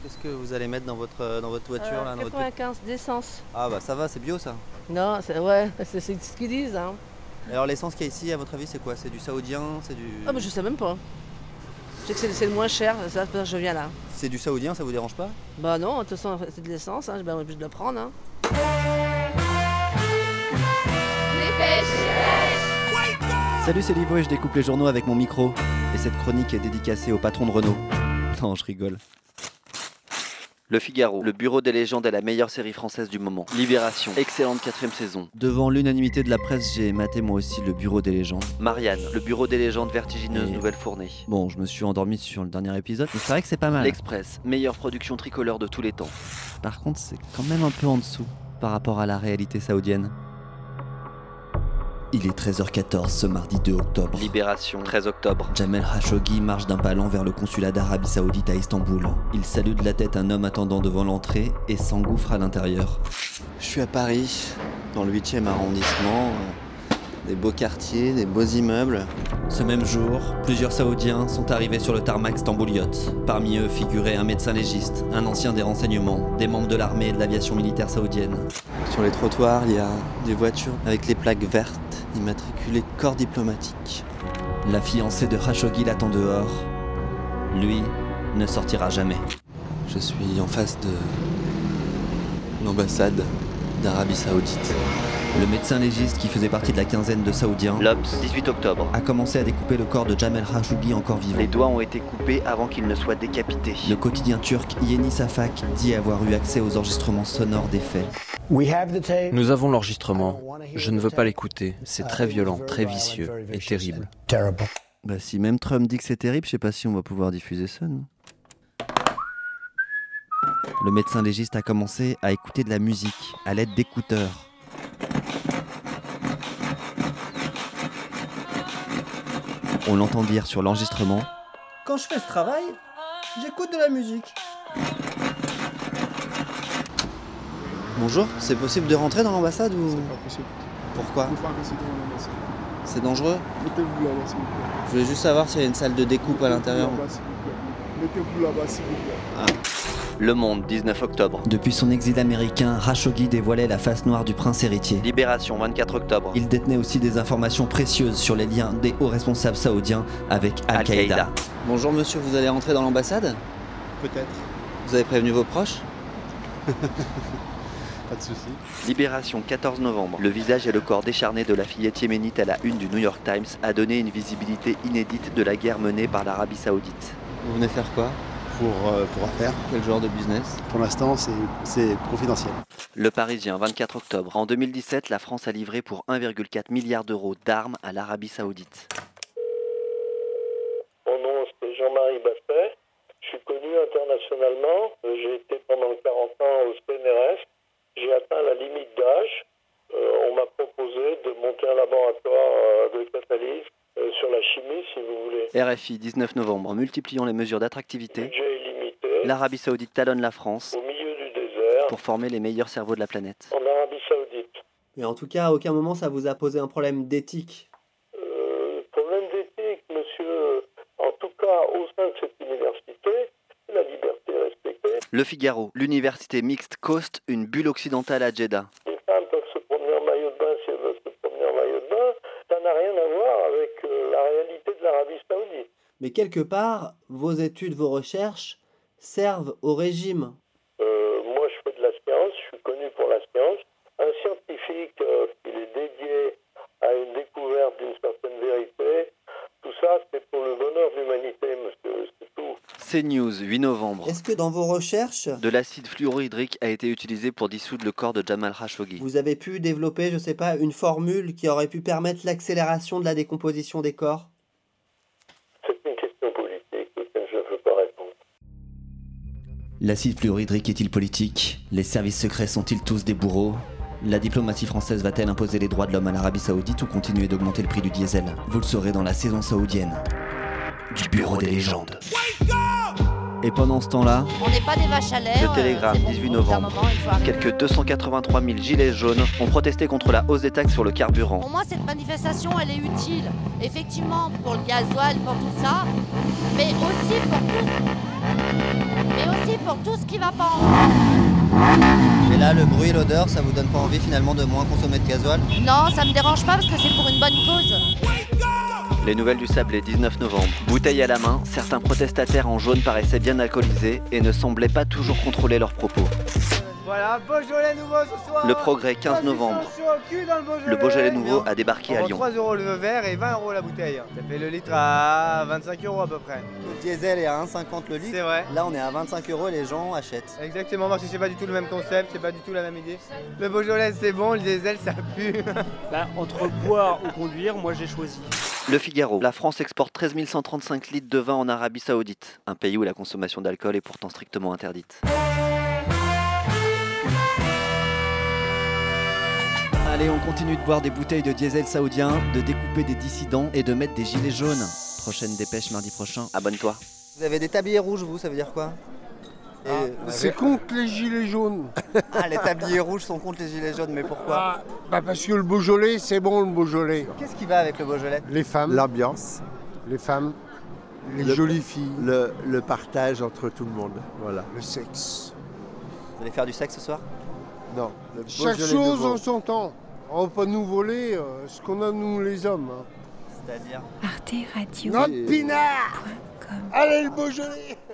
Qu'est-ce que vous allez mettre dans votre voiture là, dans votre... 95 d'essence. Ah bah ça va, c'est bio ça. Non, c'est ce qu'ils disent. Hein. Et alors l'essence qu'il y a ici, à votre avis, c'est quoi? C'est du saoudien? C'est du... Ah bah je sais même pas. Je sais que c'est le moins cher, ça, je viens là. C'est du saoudien, ça vous dérange pas? Bah non, de toute façon c'est de l'essence, hein, je vais obligé de le prendre. Hein. Salut, c'est Livo et je découpe les journaux avec mon micro. Et cette chronique est dédicacée au patron de Renault. Non, je rigole. Le Figaro, le bureau des légendes est la meilleure série française du moment. Libération, excellente 4ème saison. Devant l'unanimité de la presse, j'ai maté moi aussi le bureau des légendes. Marianne, le bureau des légendes vertigineuse, nouvelle fournée. Bon, je me suis endormi sur le dernier épisode, mais c'est vrai que c'est pas mal. L'Express, meilleure production tricolore de tous les temps. Par contre, c'est quand même un peu en dessous par rapport à la réalité saoudienne. Il est 13h14 ce mardi 2 octobre. Libération, 13 octobre. Jamel Khashoggi marche d'un pas lent vers le consulat d'Arabie Saoudite à Istanbul. Il salue de la tête un homme attendant devant l'entrée et s'engouffre à l'intérieur. Je suis à Paris, dans le 8e arrondissement. Des beaux quartiers, des beaux immeubles. Ce même jour, plusieurs Saoudiens sont arrivés sur le tarmac Stambouliote. Parmi eux figuraient un médecin légiste, un ancien des renseignements, des membres de l'armée et de l'aviation militaire saoudienne. Sur les trottoirs, il y a des voitures avec les plaques vertes, immatriculées corps diplomatique. La fiancée de Khashoggi l'attend dehors. Lui ne sortira jamais. Je suis en face de l'ambassade d'Arabie Saoudite. Le médecin légiste qui faisait partie de la quinzaine de Saoudiens, l'Obs, 18 octobre, a commencé à découper le corps de Jamel Khashoggi encore vivant. Les doigts ont été coupés avant qu'il ne soit décapité. Le quotidien turc Yeni Safak dit avoir eu accès aux enregistrements sonores des faits. Nous avons l'enregistrement. Je ne veux pas l'écouter. C'est très violent, très vicieux et terrible. Bah si même Trump dit que c'est terrible, je sais pas si on va pouvoir diffuser ça, non? Le médecin légiste a commencé à écouter de la musique à l'aide d'écouteurs. On l'entend dire sur l'enregistrement. Quand je fais ce travail, j'écoute de la musique. Bonjour, c'est possible de rentrer dans l'ambassade ou... C'est pas possible. Pourquoi? Vous pouvez pas rester dans l'ambassade. C'est dangereux? Mettez-vous là-bas, s'il vous plaît. Je voulais juste savoir s'il y a une salle de découpe à l'intérieur. Mettez-vous là-bas, s'il vous plaît. Le Monde, 19 octobre. Depuis son exil américain, Khashoggi dévoilait la face noire du prince héritier. Libération, 24 octobre. Il détenait aussi des informations précieuses sur les liens des hauts responsables saoudiens avec Al-Qaïda. Bonjour monsieur, vous allez rentrer dans l'ambassade? Peut-être. Vous avez prévenu vos proches? Pas de soucis. Libération, 14 novembre. Le visage et le corps décharné de la fillette yéménite à la une du New York Times a donné une visibilité inédite de la guerre menée par l'Arabie Saoudite. Vous venez faire quoi? Pour affaire. Quel genre de business? Pour l'instant, c'est confidentiel. Le Parisien, 24 octobre. En 2017, la France a livré pour 1,4 milliard d'euros d'armes à l'Arabie Saoudite. Mon nom, c'est Jean-Marie Basset. Je suis connu internationalement. J'ai été pendant 40 ans au CNRS. J'ai atteint la limite d'âge. On m'a proposé de monter un laboratoire de catalyse sur la chimie, si vous voulez. RFI, 19 novembre. En multipliant les mesures d'attractivité, Le budget est limité. l'Arabie Saoudite talonne la France Au milieu du désert, pour former les meilleurs cerveaux de la planète. en Arabie Saoudite. Mais en tout cas, à aucun moment ça vous a posé un problème d'éthique? Problème d'éthique, monsieur. En tout cas, au sein de cette université, la liberté est respectée. Le Figaro, l'université mixte Coast, une bulle occidentale à Jeddah. Les femmes peuvent se promener en maillot de bain si elles veulent se promener en maillot de bain. Ça n'a rien à voir avec la réalité de l'Arabie Saoudite. Mais quelque part, vos études, vos recherches servent au régime. Moi, je fais de la science, je suis connu pour la science. Un scientifique qui est dédié à une découverte d'une certaine vérité, tout ça, c'est pour le bonheur de l'humanité, monsieur, c'est tout. CNews, 8 novembre. Est-ce que dans vos recherches, de l'acide fluorhydrique a été utilisé pour dissoudre le corps de Jamal Khashoggi? Vous avez pu développer, je sais pas, une formule qui aurait pu permettre l'accélération de la décomposition des corps? C'est une question politique auquel je ne veux pas répondre. L'acide fluorhydrique est-il politique? Les services secrets sont-ils tous des bourreaux? La diplomatie française va-t-elle imposer les droits de l'homme à l'Arabie Saoudite ou continuer d'augmenter le prix du diesel? Vous le saurez dans la saison saoudienne du Bureau des légendes. Et pendant ce temps-là, On n'est pas des vaches à lait. Le Télégramme, 18 novembre. Quelques 283 000 gilets jaunes ont protesté contre la hausse des taxes sur le carburant. Pour moi, cette manifestation, elle est utile. Effectivement, pour le gasoil, pour tout ça, mais aussi pour tout ce qui va pas en France. Et là, le bruit et l'odeur, ça vous donne pas envie finalement de moins consommer de gasoil? Non, ça me dérange pas parce que c'est pour une bonne cause. Les nouvelles du Sablé, 19 novembre. Bouteille à la main, certains protestataires en jaune paraissaient bien alcoolisés et ne semblaient pas toujours contrôler leurs propos. Voilà, Beaujolais nouveau ce soir. Le Progrès, 15 novembre. Le Beaujolais nouveau a débarqué à Lyon. 3 € le verre et 20 € la bouteille. Ça fait le litre à 25 € à peu près. Le diesel est à 1,50 le litre. C'est vrai. Là, on est à 25 € et les gens achètent. Exactement, parce que c'est pas du tout le même concept, c'est pas du tout la même idée. Le Beaujolais c'est bon, le diesel ça pue. Entre boire ou conduire, moi j'ai choisi. Le Figaro. La France exporte 13 135 litres de vin en Arabie Saoudite, un pays où la consommation d'alcool est pourtant strictement interdite. Allez, on continue de boire des bouteilles de diesel saoudien, de découper des dissidents et de mettre des gilets jaunes. Prochaine dépêche mardi prochain. Abonne-toi. Vous avez des tabliers rouges, vous, ça veut dire quoi? C'est contre les gilets jaunes. Ah, les tabliers rouges sont contre les gilets jaunes, mais pourquoi? Parce que le Beaujolais, c'est bon le Beaujolais. Qu'est-ce qui va avec le Beaujolais? Les femmes. L'ambiance. Les femmes. Les jolies filles. Le partage entre tout le monde. Voilà. Le sexe. Vous allez faire du sexe ce soir? Non. Chaque chose en son temps. On va pas nous voler ce qu'on a nous les hommes. C'est-à-dire Arte Radio. Notre pinard. Allez le Beaujolais.